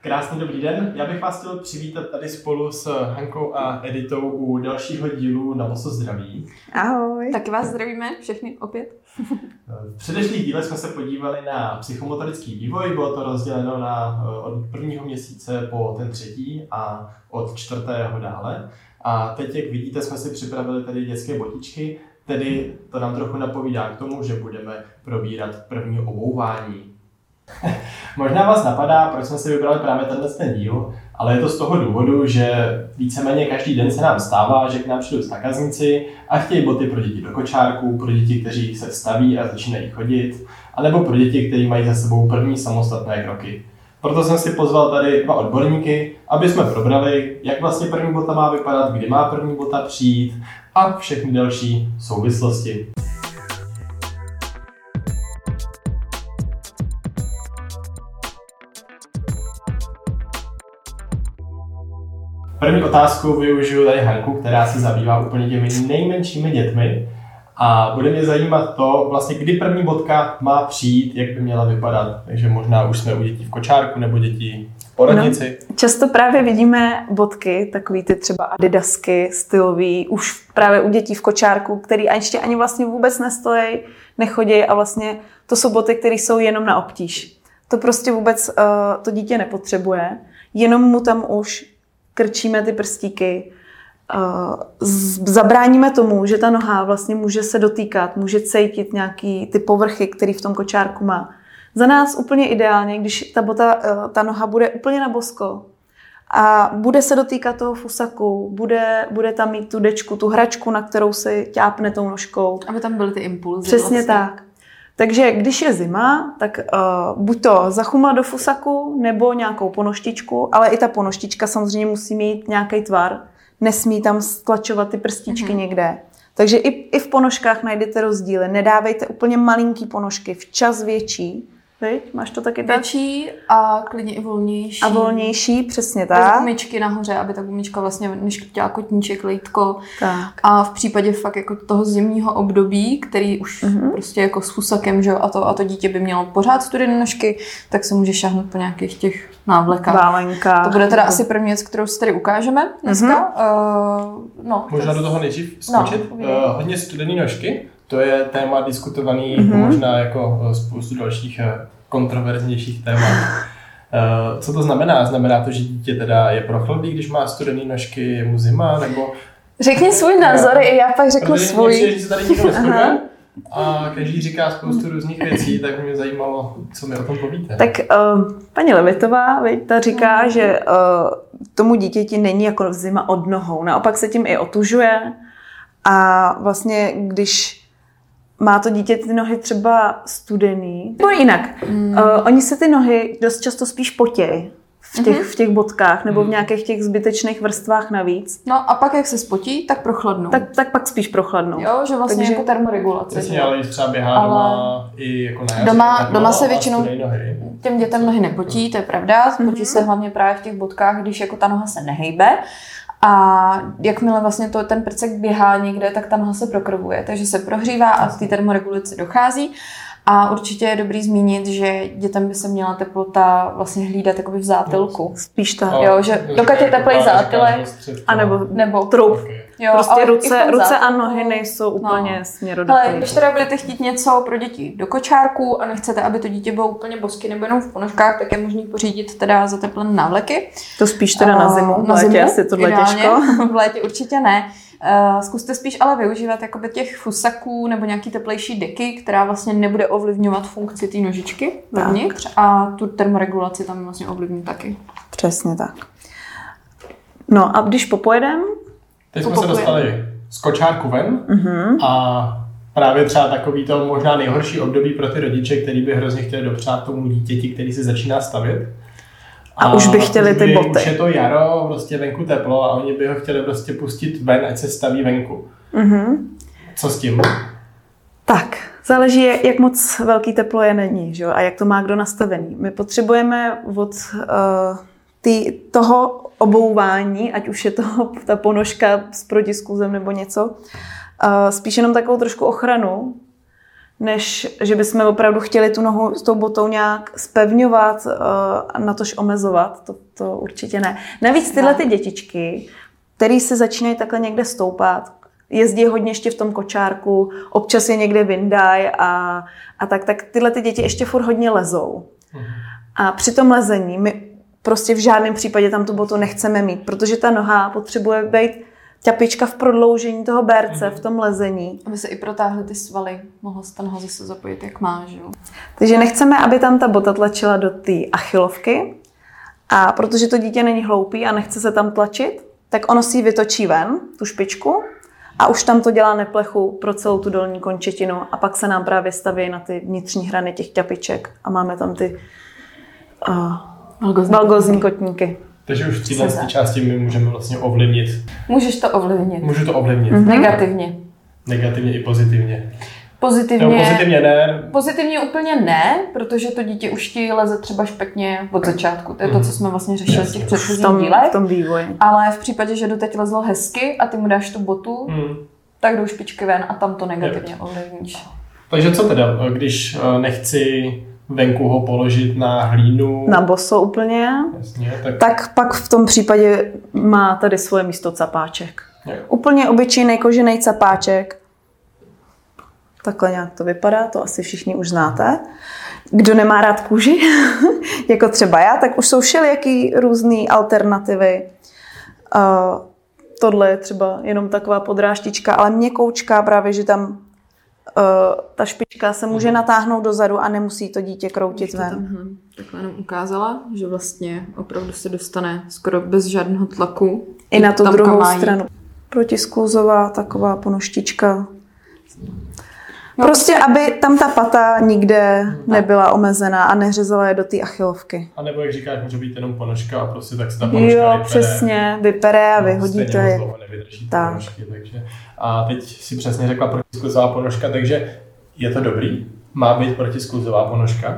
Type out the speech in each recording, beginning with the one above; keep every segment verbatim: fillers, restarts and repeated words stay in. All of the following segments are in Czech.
Krásný dobrý den, já bych vás chtěl přivítat tady spolu s Hankou a Editou u dalšího dílu Na boso zdraví. Ahoj. Taky vás zdravíme všechny opět. V předešlých dílech jsme se podívali na psychomotorický vývoj, bylo to rozděleno na, od prvního měsíce po ten třetí a od čtvrtého dále. A teď, jak vidíte, jsme si připravili tady dětské botičky, tedy to nám trochu napovídá k tomu, že budeme probírat první obouvání. Možná vás napadá, proč jsme si vybrali právě tenhle ten díl, ale je to z toho důvodu, že víceméně každý den se nám stává, že k nám přijdou zákazníci a chtějí boty pro děti do kočárku, pro děti, kteří se staví a začínají chodit, anebo pro děti, kteří mají za sebou první samostatné kroky. Proto jsem si pozval tady dva odborníky, aby jsme probrali, jak vlastně první bota má vypadat, kdy má první bota přijít a všechny další souvislosti. První otázku využiju tady Hanku, která se zabývá úplně těmi nejmenšími dětmi a bude mě zajímat to, vlastně kdy první botka má přijít, jak by měla vypadat. Takže možná už jsme u dětí v kočárku nebo dětí v porodnici. No, často právě vidíme botky, takový ty třeba adidasky, stylový, už právě u dětí v kočárku, který ještě ani vlastně vůbec nestojí, nechodí a vlastně to jsou boty, které jsou jenom na obtíž. To prostě vůbec uh, to dítě nepotřebuje, jenom mu tam už krčíme ty prstíky, uh, zabráníme tomu, že ta noha vlastně může se dotýkat, může cítit nějaký ty povrchy, který v tom kočárku má. Za nás úplně ideálně, když ta bota, uh, ta noha bude úplně na bosko a bude se dotýkat toho fusaku, bude, bude tam mít tu dečku, tu hračku, na kterou si ťápne tou nožkou. Aby tam byly ty impulzy. Přesně vlastně. tak. Takže když je zima, tak uh, buď to zachumla do fusaku, nebo nějakou ponoštičku, ale i ta ponoštička samozřejmě musí mít nějaký tvar. Nesmí tam stlačovat ty prstíčky mm-hmm. někde. Takže i, i v ponožkách najdete rozdíly. Nedávejte úplně malinký ponožky, včas větší. Viď? Máš to taky tak? Větší a klidně i volnější. A volnější, přesně tak. Bez gumičky nahoře, aby ta gumička vlastně neškrtila kotníček, lejtko. Tak. A v případě fakt jako toho zimního období, který už mm-hmm. prostě jako s fusakem, že jo, a to, a to dítě by mělo pořád studené nožky, tak se může šáhnout po nějakých těch návlekách. Válenka. To bude teda asi první věc, kterou si tady ukážeme dneska. Mm-hmm. Uh, no, Možná to... do toho nejdřív skočit. No, uh, hodně studený nožky, to je téma diskutovaný mm-hmm. možná jako spoustu dalších kontroverznějších témat. Uh, co to znamená? Znamená to, že dítě teda je prochladlý, když má studený nožky, je mu zima, nebo... Řekni svůj názor, i já pak řeknu protože svůj. Protože se tady nikdo neshoduje a každý říká spoustu různých věcí, tak mě zajímalo, co mi o tom povíte. Tak uh, paní Levitová, veď, ta říká, mm. že uh, tomu dítěti není jako zima od nohou. Naopak se tím i otužuje a vlastně, když má to dítě ty nohy třeba studený. Nebo jinak, mm. uh, oni se ty nohy dost často spíš potějí v těch, mm-hmm. v těch botkách nebo v nějakých těch zbytečných vrstvách navíc. No a pak, jak se spotí, tak prochladnou. Tak, tak pak spíš prochladnou. Jo, že vlastně Takže, jako termoregulace. Jasně, ale když třeba běhá ale... doma i jako na jazyk, doma, doma se většinou nohy. Těm dětem nohy nepotí, to je pravda. Potí mm-hmm. se hlavně právě v těch botkách, když jako ta noha se nehejbe. A jakmile vlastně to, ten prcek běhá někde, tak ta noha se prokrvuje, takže se prohřívá a k té termoregulaci dochází. A určitě je dobrý zmínit, že dětem by se měla teplota vlastně hlídat jakoby v zátilku. Spíš tak. Jo, že dokud je teplej zátilek, anebo nebo trup. Jo, prostě ruce, ruce a nohy nejsou úplně no. směrodatné. Ale když teda budete chtít něco pro děti do kočárku a nechcete, aby to dítě bylo úplně bosky nebo jenom v ponožkách, tak je možný pořídit teda zateplené návleky. To spíš teda na zimu, v létě asi tohle těžko. V létě určitě ne. Uh, zkuste spíš ale využívat jakoby těch fusaků nebo nějaký teplejší deky, která vlastně nebude ovlivňovat funkci té nožičky vevnitř a tu termoregulaci tam vlastně ovlivní taky. Přesně tak. No a když popojedem? Teď jsme se dostali z kočárku ven uh-huh. a právě třeba takový to možná nejhorší období pro ty rodiče, který by hrozně chtěli dopřát tomu dítěti, který se začíná stavět. A, a už by chtěli už by, ty boty. Už je to jaro, prostě venku teplo a oni by ho chtěli prostě pustit ven, ať se staví venku. Uh-huh. Co s tím? Tak, záleží, jak moc velký teplo je není, že? A jak to má kdo nastavený. My potřebujeme od uh, tý, toho obouvání, ať už je to ta ponožka s protiskluzem nebo něco, uh, spíš jenom takovou trošku ochranu, než že bychom opravdu chtěli tu nohu s tou botou nějak spevňovat a natož omezovat. To, to určitě ne. Navíc tyhle ty dětičky, který se začínají takhle někde stoupat, jezdí hodně ještě v tom kočárku, občas je někde vyndají a, a tak, tak tyhle ty děti ještě furt hodně lezou. A při tom lezení my prostě v žádném případě tam tu botu nechceme mít, protože ta noha potřebuje být ťapička v prodloužení toho berce, v tom lezení. Aby se i protáhly ty svaly, mohla se ta noha zase zapojit, jak má, že jo? Takže nechceme, aby tam ta bota tlačila do té achilovky a protože to dítě není hloupý a nechce se tam tlačit, tak ono si ji vytočí ven, tu špičku, a už tam to dělá neplechu pro celou tu dolní končetinu a pak se nám právě staví na ty vnitřní hrany těch ťapiček a máme tam ty uh, valgózní kotníky. Takže už v této části my můžeme vlastně ovlivnit. Můžeš to ovlivnit. Můžu to ovlivnit. Mm-hmm. Negativně. Negativně i pozitivně. Pozitivně, no, pozitivně ne. Pozitivně úplně ne, protože to dítě už ti leze třeba špatně od začátku. To je to, co jsme vlastně řešili v těch předchozích dílech. V tom vývoji. Ale v případě, že doteď lezlo hezky a ty mu dáš tu botu, hmm. tak jdou špičky ven a tam to negativně ovlivníš. Takže co teda, když nechci venku ho položit na hlínu? Na boso úplně. Jasně, tak... tak pak v tom případě má tady svoje místo capáček. Je. Úplně obyčejný kožený capáček. Takhle nějak to vypadá, to asi všichni už znáte. Kdo nemá rád kůži, jako třeba já, tak už jsou všelijaký různý alternativy. Uh, tohle je třeba jenom taková podráždička, ale měkoučka, právě, že tam uh, ta špička se může natáhnout dozadu a nemusí to dítě kroutit ven. Tam, takhle jenom ukázala, že vlastně opravdu se dostane skoro bez žádného tlaku. I na tu druhou stranu. Protiskluzová taková ponoštička. Prostě, aby tam ta pata nikde nebyla omezená a neřezala je do té achilovky. A nebo jak říkáš, může být jenom ponožka a prostě tak se ta ponožka jo, vypere. přesně, vypere a no, vyhodíte. Stejně moc dlouho nevydrží tak. Ponožky, takže. A teď si přesně řekla protiskluzová ponožka, takže je to dobrý? Má být protiskluzová ponožka?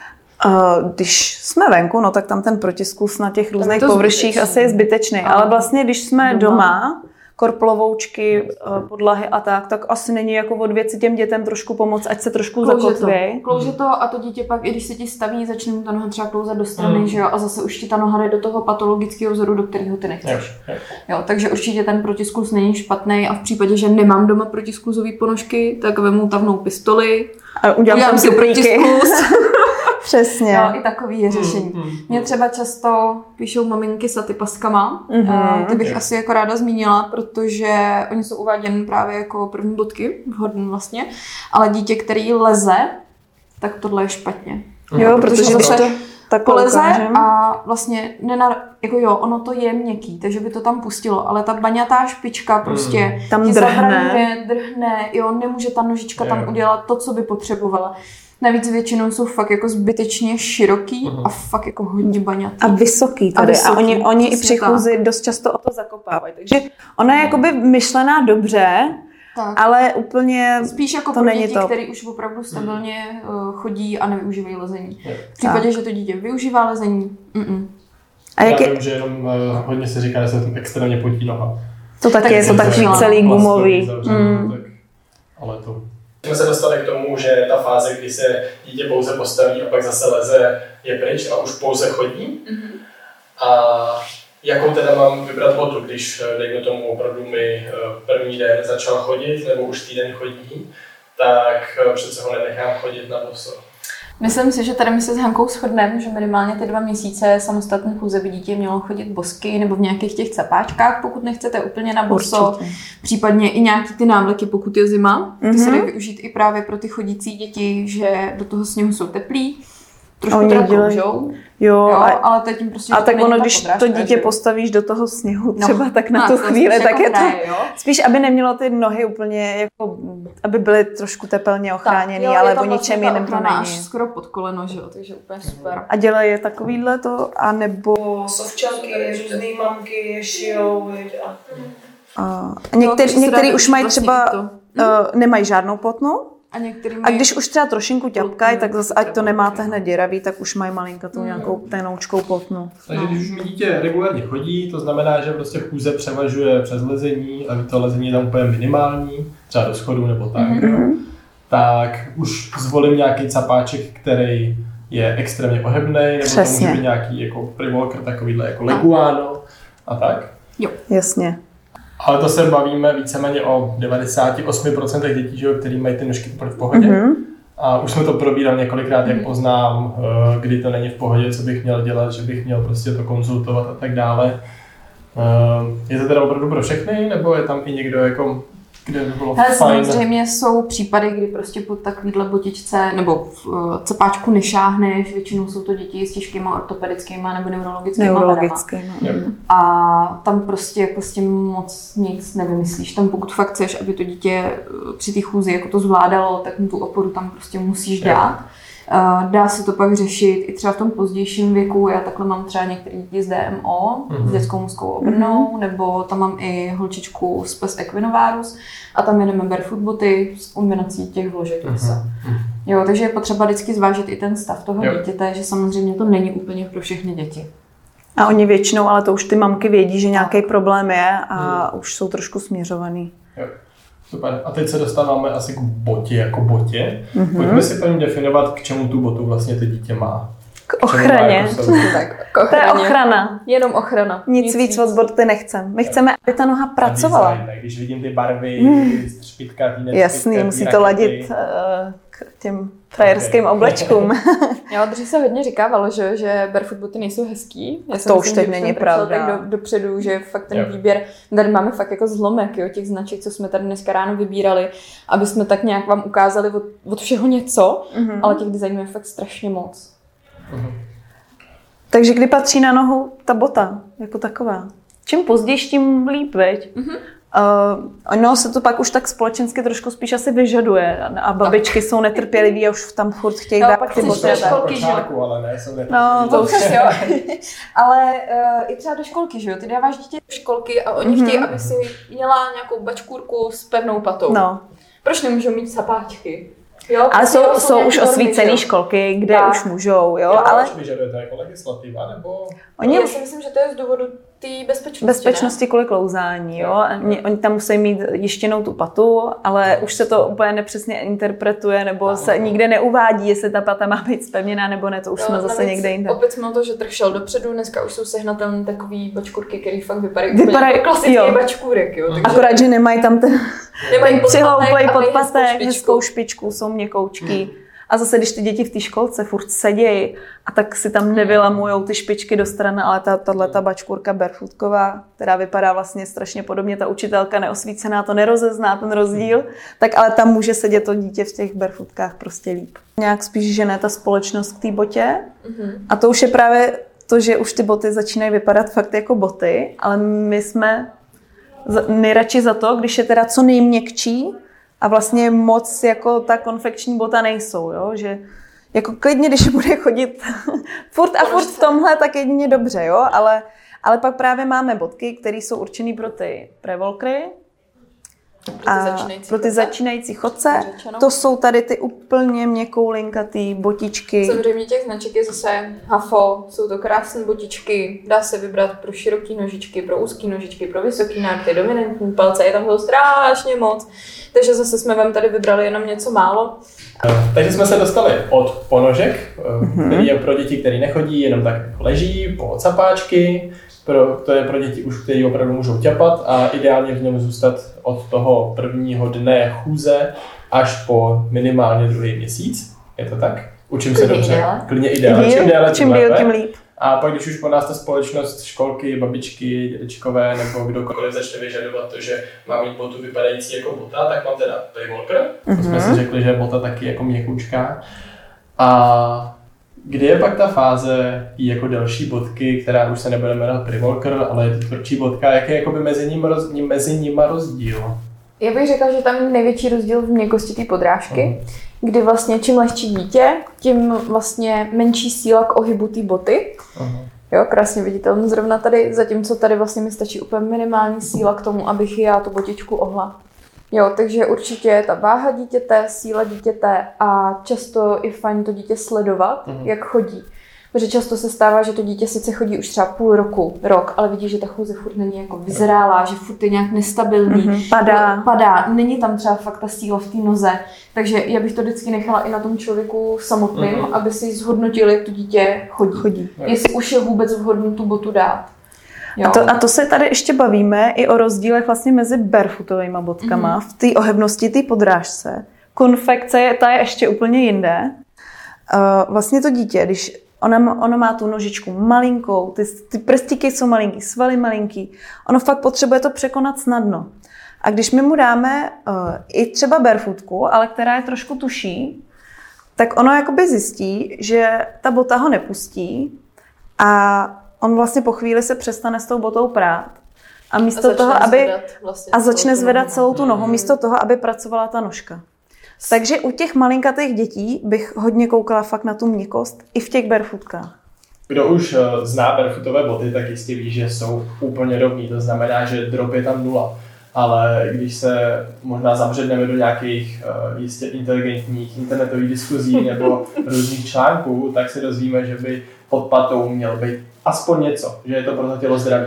Uh, když jsme venku, no tak tam ten protiskluz na těch různých površích asi je zbytečný. Ale vlastně, když jsme doma, doma korplovoučky, podlahy a tak, tak asi není jako od věci těm dětem trošku pomoct, ať se trošku zakotví. Klouže to a to dítě pak, i když se ti staví, začne mu ta noha třeba klouzat do strany, mm. že jo, a zase už ti ta noha jde do toho patologického vzoru, do kterého ty nechceš. Jo, jo, takže určitě ten protiskluz není špatný a v případě, že nemám doma protiskluzové ponožky, tak vemu tavnou pistoli a udělám, udělám si protiskluz. Přesně. Jo, i takový je řešení. Mm, mm, Mě třeba často píšou maminky s atypaskama. Mm-hmm. Ty bych asi jako ráda zmínila, protože oni jsou uváděni právě jako první bodky, vhodný vlastně, ale dítě, který leze, tak tohle je špatně. Jo, protože, protože když to tak poleze a vlastně nenar... jako jo, ono to je měkký, takže by to tam pustilo, ale ta baňatá špička prostě mm. tam drhne. drhne, jo, nemůže ta nožička je. tam udělat to, co by potřebovala. Navíc většinou jsou fakt jako zbytečně široký uh-huh. a fakt jako hodně baňatý. A vysoký tady. A, vysoký, a oni, oni i při chůzi dost často o to zakopávají. Takže ona je jakoby myšlená dobře, tak. ale úplně spíš jako to pro není děti, to. který už opravdu stabilně uh, chodí a nevyužívají lezení. V případě, tak. že to dítě využívá lezení, mm-mm. A jak Já je... vím, že jenom uh, hodně se říká, že se tam extrémně potí noha. To taky tak je, to takový celý gumový. Mm. Tak, ale to... Jsme se dostali k tomu, že ta fáze, kdy se dítě pouze postaví a pak zase leze, je pryč a už pouze chodí. Mm-hmm. A jakou teda mám vybrat botu, když, dejme tomu, opravdu mi první den začal chodit, nebo už týden chodí, tak přece ho nenechám chodit na boso. Myslím si, že tady my se s Hankou shodneme, že minimálně ty dva měsíce samostatné chůze by dítě mělo chodit bosky nebo v nějakých těch capáčkách, pokud nechcete úplně na boso. Určitě. Případně i nějaký ty návleky, pokud je zima. Ty mm-hmm. se dají využít i právě pro ty chodící děti, že do toho sněhu jsou teplí. Trošku teda kloužou. Jo, jo a, ale teď jim prostě a tak ono, když podrážka, to dítě že? postavíš do toho sněhu třeba no, tak na no, tu chvíli, tak jako je to ne, jo? spíš, aby nemělo ty nohy úplně, jako, aby byly trošku tepelně ochráněný, tak, jo, ale o ničem jiném to není. Až skoro pod koleno, že jo, takže úplně super. A dělají takovýhle to, anebo sovčanky, různý mamky šijou. A, a některý, no, některý už mají třeba, uh, nemají žádnou potnu. A, a když už třeba trošinku ťapkají, tak zase ať to nemáte hned děravý, tak už mají malinkatou nějakou tenoučkou potnu. Takže když už dítě regulárně chodí, to znamená, že prostě chůze převažuje přes lezení a to lezení je tam úplně minimální, třeba do schodu nebo tak. Mm-hmm. tak už zvolím nějaký capáček, který je extrémně pohybný, nebo Přesně. to může být nějaký jako Privolker, takovýhle jako Leguano a tak. Jo. Jasně. Ale to se bavíme víceméně o devadesát osm procent dětí, že, který mají ty nožky v pohodě. Mm-hmm. A už jsme to probírali několikrát, jak poznám, kdy to není v pohodě, co bych měl dělat, že bych měl prostě to konzultovat a tak dále. Je to teda opravdu pro všechny, nebo je tam i někdo, jako, kde by bylo Hele, fajn? Samozřejmě jsou případy, kdy prostě po takovýhle botičce nebo v cepáčku nešáhneš, většinou jsou to děti s těžkýma ortopedickýma nebo neurologickýma Neurologickýma. A tam prostě jako s tím moc nic nevymyslíš. Tam pokud fakt chceš, aby to dítě při té chůzi jako to zvládalo, tak mu tu oporu tam prostě musíš dát. Dá se to pak řešit i třeba v tom pozdějším věku. Já takhle mám třeba některé děti z D M O, mm-hmm. s dětskou mozkovou obrnou, mm-hmm. nebo tam mám i holčičku z Pes Equinovarus a tam jedeme barefoot boty s kombinací těch vložek. Mm-hmm. Jo, takže je potřeba vždycky zvážit i ten stav toho jo. dítěte, že samozřejmě to není úplně pro všechny děti. A oni většinou, ale to už ty mamky vědí, že nějaký problém je a mm. už jsou trošku směřovaný. Jo. Super. A teď se dostáváme asi k botě jako botě. Mm-hmm. Pojďme si paní definovat, k čemu tu botu vlastně to dítě má. K ochraně. Jako tak, k ochraně. To je ochrana. Jenom ochrana. Nic, Nic víc od boty nechcem. My chceme, aby ta noha pracovala. Design, tak když vidím ty barvy, mm. špitka, tý jasný, musí to ladit uh, k těm frajerským okay. oblečkům. Jo, dřív se hodně říkávalo, že, že barefoot boty nejsou hezký. Já to už teď není pravda. Tak do, dopředu, že fakt ten yep. výběr, tady máme fakt jako zlomek, jo, těch značek, co jsme tady dneska ráno vybírali, aby jsme tak nějak vám ukázali od, od všeho něco, mm-hmm. ale těch designů je fakt strašně moc. Mm-hmm. Takže kdy patří na nohu ta bota jako taková? Čím později, tím líp, veď? Mm-hmm. Uh, no, se to pak už tak společensky trošku spíš asi vyžaduje a babičky tak. jsou netrpěliví a už tam furt chtějí no, dát ty boty. Ale ne, jsou no, to už jo. Ale uh, i třeba do školky, že jo? Ty dáváš dítě do školky a oni mm-hmm. chtějí, aby si měla nějakou bačkůrku s pevnou patou. No. Proč nemůžou mít sapáčky? Jo, ale jsou, jsou, jsou už osvícené školky, kde tak. už můžou, jo, jo ale... Proč vyžaduje to jako legislativa, nebo... Oni Já už... si myslím, že to je z důvodu té bezpečnosti, Bezpečnosti kvůli klouzání, jo. Oni, oni tam musí mít jištěnou tu patu, ale no. už se to úplně nepřesně interpretuje, nebo no, se no. nikde neuvádí, jestli ta pata má být zpevněná, nebo ne, to už jo, jsme zase někde jinde. Opět jsme to, že trh šel dopředu, dneska už jsou sehnatelné takový bačkůrky, který fakt vypadají vypadaj, jako klasický jo. bačkůrek, jo. Takže... Akorát, že nemají tam ten, ten přihlouplej podpatek, hezkou špičku, jsou měkoučky. Hmm. A zase, když ty děti v té školce furt sedějí a tak si tam nevylamujou ty špičky do strany, ale ta, tato bačkůrka barefootková, která vypadá vlastně strašně podobně, ta učitelka neosvícená to nerozezná ten rozdíl, tak ale tam může sedět to dítě v těch barefootkách prostě líp. Nějak spíš žene ta společnost k té botě mm-hmm. a to už je právě to, že už ty boty začínají vypadat fakt jako boty, ale my jsme nejradši za to, když je teda co nejměkčí, a vlastně moc jako ta konfekční bota nejsou, jo? Že jako klidně, když bude chodit furt a furt v tomhle, tak jedině dobře, jo? Ale, ale pak právě máme botky, které jsou určené pro ty prevolkery a pro ty začínající chodce. To jsou tady ty úplně měkkou linkatý botičky. Samozřejmě těch značek je zase Hafo, jsou to krásné botičky, dá se vybrat pro široké nožičky, pro úzké nožičky, pro vysoké nárty, dominantní palce, je tam toho strašně moc. Takže zase jsme vám tady vybrali jenom něco málo. Takže jsme se dostali od ponožek, mm-hmm. který je pro děti, které nechodí, jenom tak leží, po capáčky. Pro, to je pro děti už, kteří opravdu můžou ťapat a ideálně v něm zůstat od toho prvního dne chůze až po minimálně druhý měsíc. Je to tak? Učím se dobře. Ideál. Klidně ideálně. Čím déle, čím díl, tím líp. A pak, když už po nás ta společnost, školky, babičky, dědečkové nebo kdokoliv začne vyžadovat to, že má mít botu vypadající jako bota, tak mám teda Privolker. Mm-hmm. To jsme si řekli, že bota taky jako měkoučká. A kdy je pak ta fáze jako další bodky, která už se nebude jmenovat Privolker, ale je to tvrdší bodka, jaký je jakoby mezi nimi roz, mezi nima rozdíl? Já bych řekla, že tam je největší rozdíl v měkkosti té podrážky, uh-huh. kdy vlastně čím lehčí dítě, tím vlastně menší síla k ohybu té boty. Uh-huh. Jo, krásně viditelný zrovna tady, zatímco tady vlastně mi stačí úplně minimální síla k tomu, abych já tu botičku ohla. Jo, takže určitě ta váha dítěte, síla dítěte a často je fajn to dítě sledovat, mm. jak chodí. Protože často se stává, že to dítě sice chodí už třeba půl roku, rok, ale vidí, že ta chůze furt není jako vyzrálá, že furt je nějak nestabilní. Mm-hmm. Padá. Padá. Není tam třeba fakt ta síla v té noze. Takže já bych to vždycky nechala i na tom člověku samotným, mm-hmm. aby si zhodnotili, jak to dítě chodí. chodí. Jestli už je vůbec vhodný tu botu dát. A to, a to se tady ještě bavíme i o rozdílech vlastně mezi barefootovými botkama, mm-hmm. v té ohebnosti, té podrážce. Konfekce, ta je ještě úplně jinde. Uh, vlastně to dítě, když ona, ono má tu nožičku malinkou, ty, ty prstíky jsou malinký, svaly malinký, ono fakt potřebuje to překonat snadno. A když my mu dáme uh, i třeba barefootku, ale která je trošku tuší, tak ono jakoby zjistí, že ta bota ho nepustí a on vlastně po chvíli se přestane s tou botou prát. A místo a toho, aby vlastně a začne zvedat celou tu nohu, místo toho, aby pracovala ta nožka. Takže u těch malinkatých dětí bych hodně koukala fakt na tu měkkost i v těch barefootkách. Kdo už zná barefootové boty, tak jistě ví, že jsou úplně rovný. To znamená, že drop je tam nula. Ale když se možná zabředneme do nějakých uh, jistě inteligentních internetových diskuzí nebo různých článků, tak se dozvíme, že by pod patou měl být aspoň něco, že je to pro to tělo zdraví.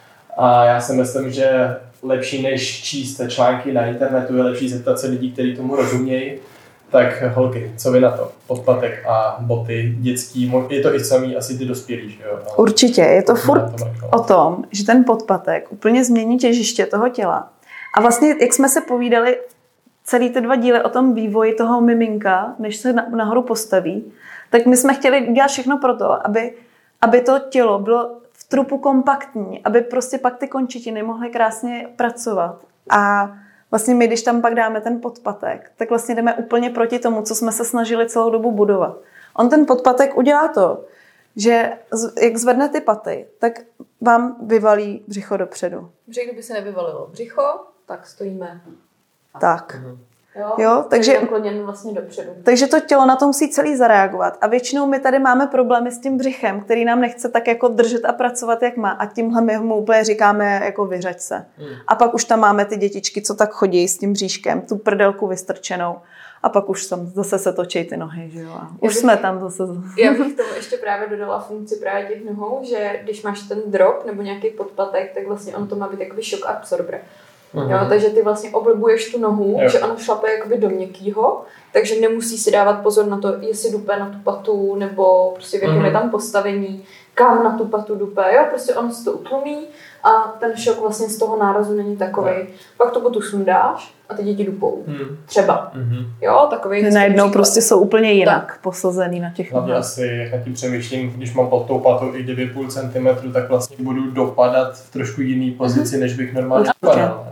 A já si myslím, že lepší než číst články na internetu, je lepší zeptat se lidí, kteří tomu rozumějí. Tak holky, co vy na to? Podpatek a boty dětský, je to i samý asi ty dospělí, že jo? No, určitě, je to furt o tom, že ten podpatek úplně změní těžiště toho těla. A vlastně, jak jsme se povídali celý ty dva díly o tom vývoji toho miminka, než se nahoru postaví, tak my jsme chtěli udělat všechno pro to, aby, aby to tělo bylo v trupu kompaktní, aby prostě pak ty končetiny mohly krásně pracovat. A vlastně my, když tam pak dáme ten podpatek, tak vlastně jdeme úplně proti tomu, co jsme se snažili celou dobu budovat. On ten podpatek udělá to, že jak zvedne ty paty, tak vám vyvalí břicho dopředu. Protože kdyby se nevyvalilo břicho, tak stojíme. Tak. Jo, jo, takže, vlastně dopředu. takže to tělo na to musí celý zareagovat. A většinou my tady máme problémy s tím břichem, který nám nechce tak jako držet a pracovat, jak má. A tímhle my mu úplně říkáme jako vyřeď se. Hmm. A pak už tam máme ty dětičky, co tak chodí s tím bříškem, tu prdelku vystrčenou. A pak už tam zase se točí ty nohy, že jo. A už bych, jsme tam zase. Já bych tomu ještě právě dodala funkci právě těch nohou, že když máš ten drop nebo nějaký podpatek, tak vlastně on to má být takový šok absorber. Uh-huh. Jo, takže ty vlastně oblbuješ tu nohu, jo. Že ono šlape jakoby do měkkýho, takže nemusí si dávat pozor na to, jestli dupe na tu patu, nebo prostě v jakém uh-huh. je tam postavení, kam na tu patu dupe, jo, prostě ono se to utlumí a ten šok vlastně z toho nárazu není takový. Uh-huh. Pak tu botu sundáš a ty děti dupou. Uh-huh. Třeba. Uh-huh. Jo, takový. Najednou prostě jsou úplně jinak tak. Posazený na těch nohách. Asi, jak na tím přemýšlím, když mám pod tou patou i kdyby půl centimetru, tak vlastně budu dopadat v trošku jiný pozici, uh-huh. než bych normálně dopadal.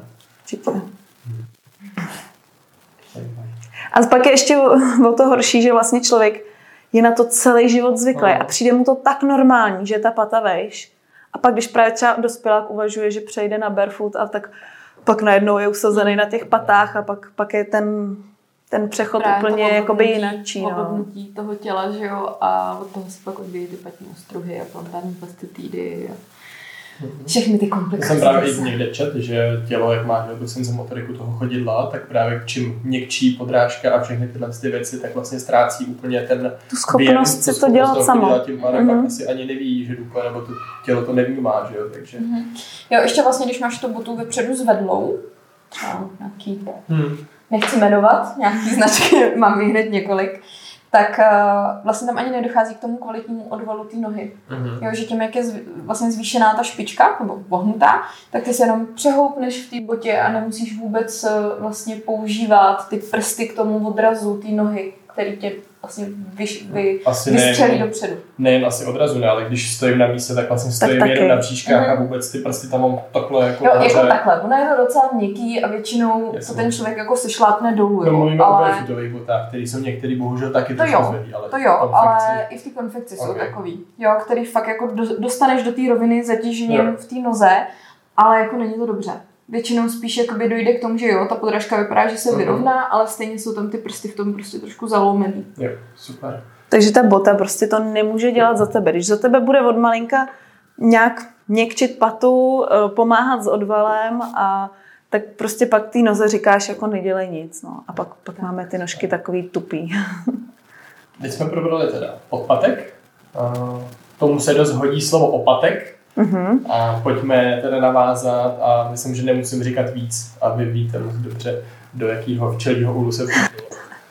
A pak je ještě o to horší, že vlastně člověk je na to celý život zvyklý a přijde mu to tak normální, že je ta pata vejš. A pak, když právě třeba dospělák uvažuje, že přejde na barefoot, a tak pak najednou je usazený na těch patách a pak, pak je ten, ten přechod právě úplně jakoby jinakčí. Oblbnutí no. toho těla, že jo, a od toho se pak odvíjí ty patní ostruhy a plantární pastitidy a všechny ty komplikace. Já jsem právě i někde čet, že tělo, jak má do senzomotoriku toho chodidla, tak právě čím měkčí podrážka a všechny tyhle ty věci, tak vlastně ztrácí úplně ten tu schopnost si to dělat samo. Tím pádem mm-hmm. pak asi ani neví, že dupa, nebo to tělo to nevnímá, že jo, takže. Mm-hmm. Jo, ještě vlastně, když máš tu botu vepředu zvedlou, třeba nějaký, hmm. nechci jmenovat, nějaký značky, mám jich hned několik, tak uh, vlastně tam ani nedochází k tomu kvalitnímu odvalu té nohy. Mm-hmm. Jo, že tím, jak je zv, vlastně zvýšená ta špička, nebo vohnutá, tak ty se jenom přehoupneš v té botě a nemusíš vůbec uh, vlastně používat ty prsty k tomu odrazu té nohy, který tě vlastně vyš, vy, vystřelí dopředu. Nejen asi odrazu, ne, ale když stojím na místě, tak vlastně stojím tak jenom na příčkách mm-hmm. a vůbec ty prsty tam mám takhle jako... Jo, jako takhle, ono je to docela měkký a většinou to ten člověk jako se šlápne dolů. No, mluvíme ale... o barefootových botách, který jsou některý bohužel taky trošku zvedí, ale to jo, ale i v té konfekci okay. jsou takový, jo, který fakt jako dostaneš do té roviny zatížením jo. v té noze, ale jako není to dobře. Většinou spíš jakoby dojde k tomu, že jo, ta podrážka vypadá, že se vyrovná, uh-huh. ale stejně jsou tam ty prsty v tom prostě trošku zaloumený. Jo, super. Takže ta bota prostě to nemůže dělat za tebe. Když za tebe bude od malinka nějak měkčit patu, pomáhat s odvalem, a tak prostě pak té noze říkáš, jako nedělej nic. No. A pak, pak máme ty nožky takový tupý. Teď jsme probrali teda podpatek, Uh, tomu se dost hodí slovo opatek. Mm-hmm. A pojďme teda navázat a myslím, že nemusím říkat víc a vy víte moc dobře, do jakého včelího úlu se půjde.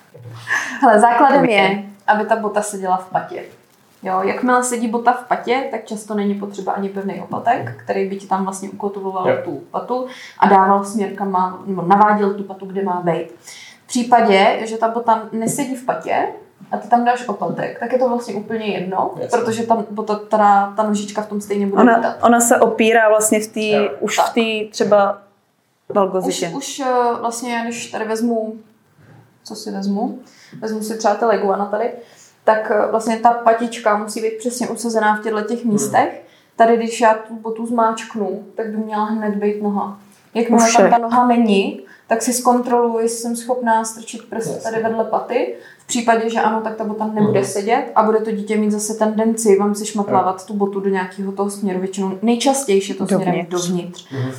Hele, základem je, aby ta bota seděla v patě. Jo, jakmile sedí bota v patě, tak často není potřeba ani pevný opatek, který by ti tam vlastně ukotovoval jo. tu patu a dával směr, kam má, nebo naváděl tu patu, kde má být. V případě, že ta bota nesedí v patě a ty tam dáš opatek, tak je to vlastně úplně jedno, Jasně. protože ta bota, ta, ta nožička v tom stejně bude ona, vydat. Ona se opírá vlastně v té, už tak. v té třeba valgozitě. Už, už vlastně, když tady vezmu, co si vezmu, vezmu si třeba ty leguana tady, tak vlastně ta patička musí být přesně usazená v těchto těch místech. Tady, když já tu botu zmáčknu, tak by měla hned být noha. Jakmile tam ta noha není, tak si zkontroluji, jestli jsem schopná strčit prst tady vedle paty. V případě, že ano, tak ta bota nebude sedět a bude to dítě mít zase tendenci vám si šmatlávat tu botu do nějakého toho směru. Většinou nejčastěji je to směrem dovnitř. dovnitř. Uh,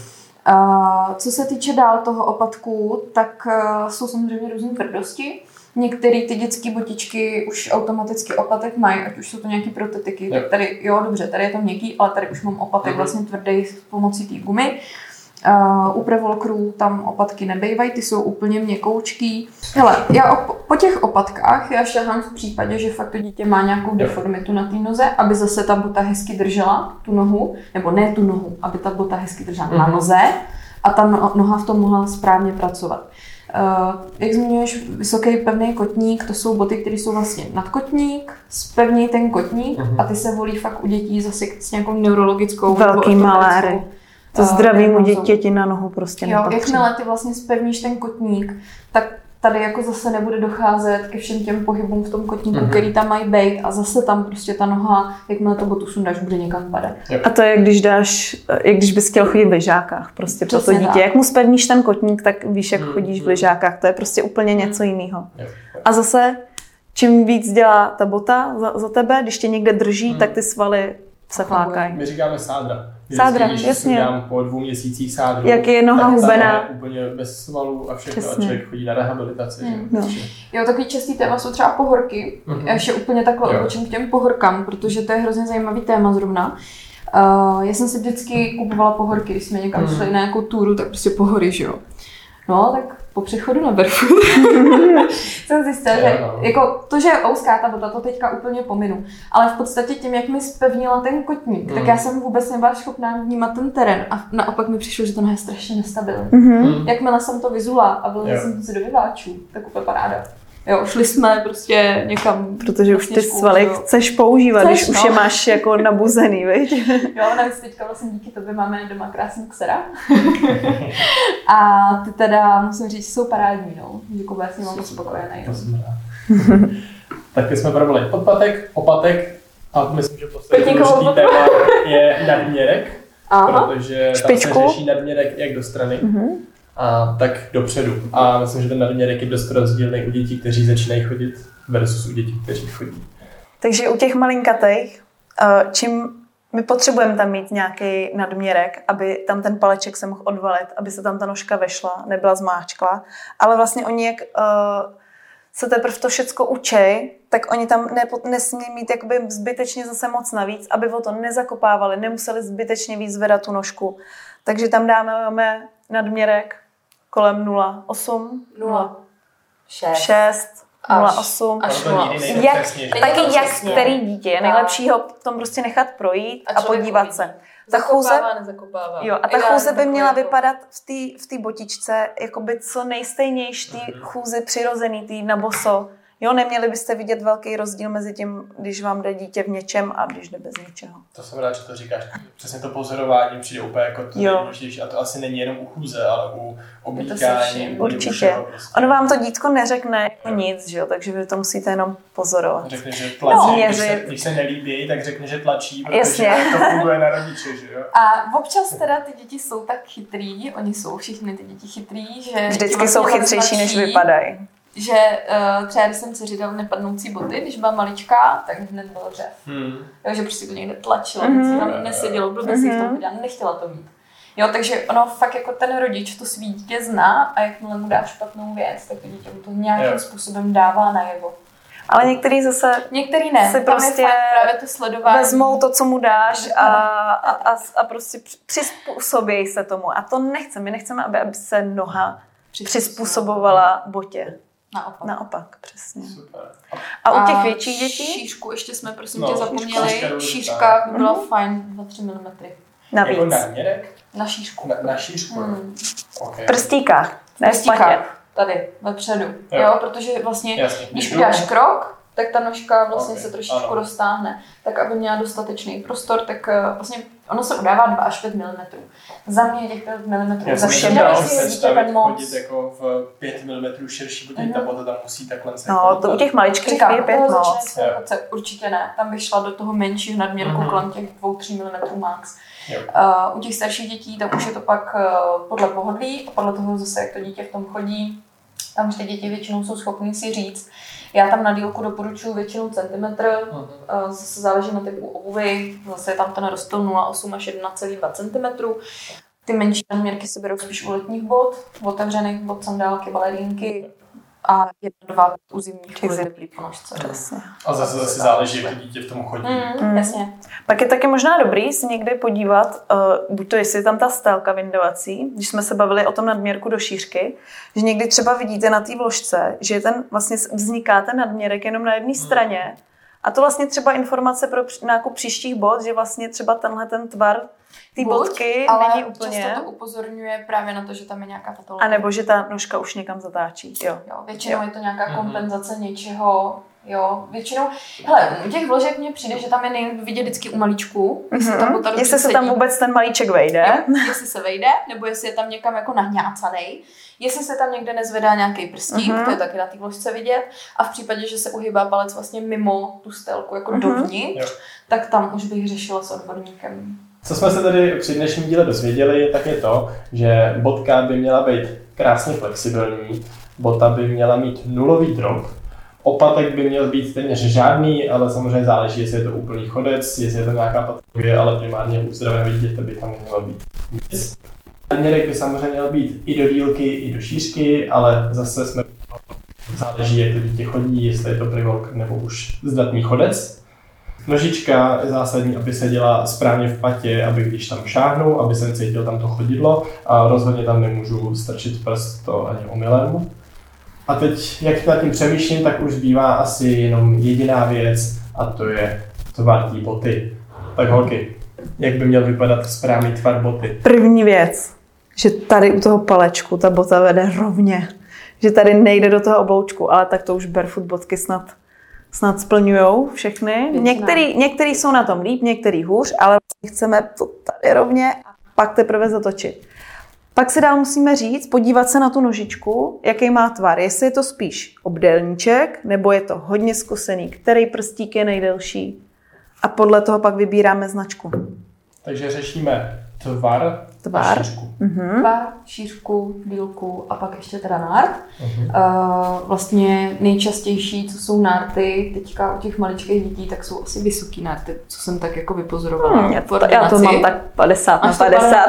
co se týče dál toho opatku, tak uh, jsou samozřejmě různé tvrdosti. Některé ty dětské botičky už automaticky opatek mají, ať už jsou to nějaké protetiky, yep. tak tady, jo dobře, tady je to měkký, ale tady už mám opatek mm-hmm. vlastně tvrdý s pomocí té gumy. Uh, u prevolkrů tam opatky nebejvají, ty jsou úplně měkoučký. Hele, já op- po těch opatkách já šahám v případě, že fakt to dítě má nějakou deformitu na té noze, aby zase ta bota hezky držela tu nohu, nebo ne tu nohu, aby ta bota hezky držela mm-hmm. na noze a ta no- noha v tom mohla správně pracovat. Uh, jak zmiňuješ, vysoký pevný kotník, to jsou boty, které jsou vlastně nadkotník, spevní ten kotník uh-huh. a ty se volí fakt u dětí zase s nějakou neurologickou velký maléry. To zdravému dítěti na nohu prostě nepatří. Jo, jakmile ty vlastně spevníš ten kotník, tak tady jako zase nebude docházet ke všem těm pohybům v tom kotníku, mm-hmm. který tam mají být a zase tam prostě ta noha, jakmile to botu sundáš, bude někam padat. A to je, když dáš, jak když bys chtěl chodit v lyžákách prostě pro to dítě. Tak. Jak mu spevníš ten kotník, tak víš, jak mm-hmm. chodíš v lyžákách, to je prostě úplně něco jiného. A zase, čím víc dělá ta bota za, za tebe, když tě někde drží, mm. tak ty svaly se flákají. My říkáme sádra. Sádra, když jasně. Dám po dvou měsících sádru, jak je noha hubená. Úplně bez svalů a všechno a člověk chodí na rehabilitaci. Hmm. No. Jo, takový častý téma jsou třeba pohorky. Mm-hmm. Já ještě úplně takhle odbočím k těm pohorkám, protože to je hrozně zajímavý téma zrovna. Uh, já jsem si vždycky kupovala pohorky, když jsme někam mm. šli na nějakou túru, tak prostě pohory, že jo. No, tak po přechodu na Barefoot jsem zjistila, že jako to, že je ouská ta bota, to teďka úplně pominu. Ale v podstatě tím, jak mi zpevnila ten kotník, mm. tak já jsem vůbec nebyla schopná vnímat ten terén a naopak mi přišlo, že to noha je strašně nestabilní. Mm. Jakmile jsem to vyzula a vylezla jsem si do vyváčů, tak úplně paráda. Jo, šli jsme prostě někam. Protože už ty svaly jo. chceš používat, chceš, když no. už je máš jako nabuzený, viď? Jo, navíc teďka vlastně díky tobě máme doma krásný ksera. A ty teda, musím říct, jsou parádní, no. Děkuji, já jsem mám spokojený. Tak jsme probrali podpatek, opatek a myslím, že poslední důležitý téma je nadměrek. Aha. Protože Špičku. tam se řeší nadměrek jak do strany. Mm-hmm. A tak dopředu. A myslím, že ten nadměrek je dost rozdílný u dětí, kteří začínají chodit versus u dětí, kteří chodí. Takže u těch malinkatých, čím my potřebujeme tam mít nějaký nadměrek, aby tam ten paleček se mohl odvalit, aby se tam ta nožka vešla, nebyla zmáčkla, ale vlastně oni jak uh, se teprve to všecko učej, tak oni tam ne, nesmí mít jakoby zbytečně zase moc navíc, aby o to nezakopávali, nemuseli zbytečně víc zvedat tu nožku. Takže tam dáme nadměrek kolem nula celá osm, nula celá šest, nula celá osm. Až nula celá osm. Jak, taky jak který dítě. Je nejlepší ho tom prostě nechat projít a, a podívat uvidí. se. Ta chůze, nezakopává. Jo, a ta chůze by měla vypadat v té botičce jakoby co nejstejnější té chůzi přirozený, tý na boso. Jo, neměli byste vidět velký rozdíl mezi tím, když vám jde dítě v něčem a když jde bez něčeho. To jsem rád, že to říkáš. Přesně to pozorování přijde úplně jako to nejdůležitější. A to asi není jenom u chůze, ale u oblíkání. Určitě. Prostě. Ono vám to dítko neřekne no. nic, že jo? Takže vy to musíte jenom pozorovat. Řekne, že tlačí. No, když, se, když se nelíbí, tak řekne, že tlačí, protože Jasně. to funguje na rodiče, že jo? A občas teda ty děti jsou tak chytrý, oni jsou všichni ty děti chytrý, že vždycky jsou chytřejší, než vypadají. Že uh, třeba když jsem dceři dal nepadnoucí boty, když byla maličká, tak hned bylo dřev. Hmm. Jo, že prostě to někde tlačila, mm-hmm. nic tam nesedělo, blbě si v tom viděla, nechtěla to mít. Jo, takže ono fakt jako ten rodič to svý dítě zná a jakmile mu dá špatnou věc, tak to dítě mu to nějakým jo. způsobem dává najevo. Ale některý zase některý ne, si prostě právě to sledování. Vezmou to, co mu dáš a, a, a prostě přizpůsobí se tomu. A to nechceme. My nechceme, aby, aby se noha přizpůsobovala botě. Naopak. Naopak, přesně. Super. A u těch větších dětí? Šířku ještě jsme prosím no, tě zapomněli. Šířka, Šířka by byla mm-hmm. fajn dva až tři milimetry. Navíc. Jako náměrek? Na šířku. Na, na šířku. Hmm. Okay. Prstíka. Ne v patě. Tady, vepředu. Jo. jo, protože vlastně, Jasně, když uděláš krok, tak ta nožka vlastně okay. se trošičku ano. roztáhne. Tak aby měla dostatečný prostor, tak vlastně ono se udává dva až pět milimetrů. Za mě těch pět milimetrů. Za všem dál si stavit chodit jako v pět milimetrů širší, protože mm. ta bota tam musí takhle se. No, to u těch maličkých je pět moc. Určitě ne. Tam bych šla do toho menšího nadměrku mm-hmm. kolem těch dva až tři milimetry max. Uh, u těch starších dětí tak už je to pak uh, podle pohodlí a podle toho zase, jak to dítě v tom chodí. Tam už ty děti většinou jsou schopní si říct. Já tam na dílku doporučuji většinou centimetr, uh-huh. uh, zase záleží na typu obuvy, zase je tam ten rozdíl nula celá osm až jedna celá dva centimetru. Ty menší nadměrky se berou spíš u letních bot, otevřených bot, sandálky, balerínky a jedna, dva u zimních kvůli teplý ponožce. A zase zase záleží, jak to dítě v tom chodí. Mm, mm. Jasně. Pak je taky možná dobrý si někdy podívat, uh, buď to jestli je tam ta stélka vyndovací, když jsme se bavili o tom nadměrku do šířky, že někdy třeba vidíte na té vložce, že ten vlastně vzniká ten nadměrek jenom na jedné straně. A to vlastně třeba informace pro nákup příštích bot, že vlastně třeba tenhle ten tvar ty bodky není úplně. Často to upozorňuje právě na to, že tam je nějaká patologie. A nebo že ta nožka už někam zatáčí. Jo. Jo, většinou jo. je to nějaká kompenzace mm-hmm. něčeho. Jo, většinou. Hele, u těch vložek mně přijde, že tam je nejvidět vždycky u malíčku. Jestli, mm-hmm. tam jestli se tam vůbec ten malíček vejde. Jo, jestli se vejde, nebo jestli je tam někam jako nahňácanej. Jestli se tam někde nezvedá nějaký prstík, mm-hmm. to je taky na té vložce vidět. A v případě, že se uhýbá palec vlastně mimo tu stélku, jako mm-hmm. dovnitř, tak tam už bych řešila s odborníkem. Co jsme se tady při dnešním díle dozvěděli, tak je to, že botka by měla být krásně flexibilní, bota by měla mít nulový drop, opatek by měl být téměř žádný, ale samozřejmě záleží, jestli je to úplný chodec, jestli je to nějaká patologie, ale primárně u zdravého dítěte by tam mělo být nic. Nadměrek by samozřejmě měl být i do dílky, i do šířky, ale zase jsme záleží, jak to dítě chodí, jestli je to privolk nebo už zdatný chodec. Nožička je zásadní, aby se dělala správně v patě, aby když tam šáhnou, aby jsem cítil tam to chodidlo a rozhodně tam nemůžu strčit prst, to ani omylem. A teď, jak nad tím přemýšlím, tak už zbývá asi jenom jediná věc a to je tvar té boty. Tak holky, jak by měl vypadat správný tvar boty? První věc, že tady u toho palečku ta bota vede rovně. Že tady nejde do toho obloučku, ale tak to už barefoot botky snad snad splňujou všechny. Některý, některý jsou na tom líp, některý hůř, ale chceme to tady rovně a pak teprve zatočit. Pak si dál musíme říct, podívat se na tu nožičku, jaký má tvar. Jestli je to spíš obdélníček, nebo je to hodně zkusený, který prstík je nejdelší. A podle toho pak vybíráme značku. Takže řešíme tvar, tvar. a šířku. Mm-hmm. Tvar, šířku, dílku a pak ještě teda nárt. Mm-hmm. Uh, vlastně nejčastější, co jsou nárty, teďka u těch maličkých dětí, tak jsou asi vysoký nárty, co jsem tak jako vypozorovala. Hmm, to, já to mám tak padesát na padesát.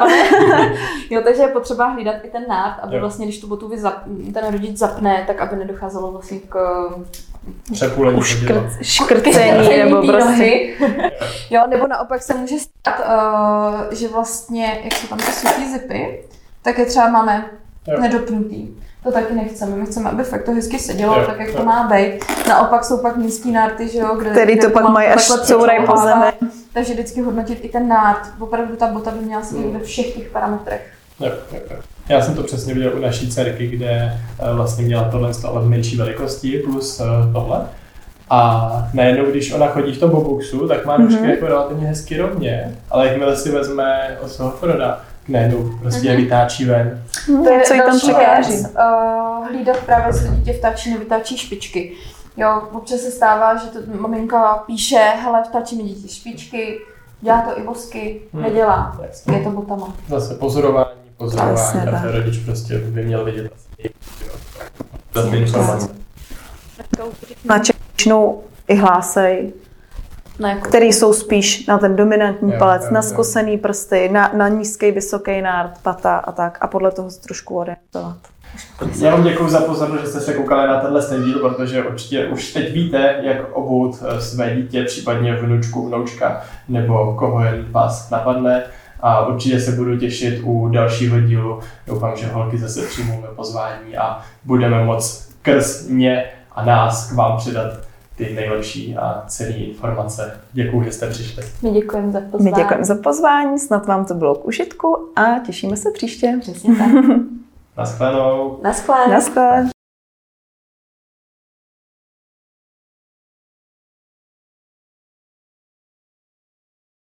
Jo, takže je potřeba hlídat i ten nárt, aby jo. vlastně, když tu botu zap, ten rodič zapne, tak aby nedocházelo vlastně k přepůlení škrcení nebo prostě. Jo, nebo naopak se může stát, uh, že vlastně, jak jsou tam ty suchý zipy, tak je třeba máme jo. nedopnutý. To taky nechceme. My chceme, aby fakt to hezky sedělo, jo. tak jak jo. to má být. Naopak jsou pak nízký nárty, že jo, kde, který to pak mají až couraj po zemi. Takže vždycky hodnotit i ten nárt. Opravdu ta bota by měla sedět ve všech těch parametrech. Jo, jo, jo. Já jsem to přesně viděl u naší dcerky, kde vlastně měla tohle, ale v menší velikosti plus tohle. A najednou, když ona chodí v tom bobuxu, tak má nožky mm-hmm. jako relativně hezky rovně, ale jakmile si vezme od toho Froda, najednou prostě mm-hmm. vytáčí ven. To je co jí tam překáží. Uh, hlídat právě, jestli dítě vtáčí, nevytáčí špičky. Jo, občas se stává, že to maminka píše, hele, vtáčí mi dítě špičky, dělá to i vosky, hmm. nedělá. Jasně. Je to botama. Zase pozorování, pozorování Jasně, a ten rodič prostě by měl vidět asi informace. Na čečnou i hlásej, no, který jsou spíš na ten dominantní jo, palec, jo, na zkosený prsty, na, na nízký, vysoký nárt, pata a tak. A podle toho se trošku orientovat. Já vám děkuji za pozornost, že jste se koukali na tenhle ten díl, protože určitě už teď víte, jak obout své dítě, případně vnučku, vnoučka, nebo koho jen vás napadne. A určitě se budu těšit u dalšího dílu. Doufám, že holky zase přijmou mé pozvání a budeme moct krz mě a nás k vám předat ty nejlepší a cenné informace. Děkuji, že jste přišli. My děkujeme za pozvání. My děkujeme za pozvání, snad vám to bylo k užitku a těšíme se příště. Přesně tak. Naschledanou. Naschle. Naschle.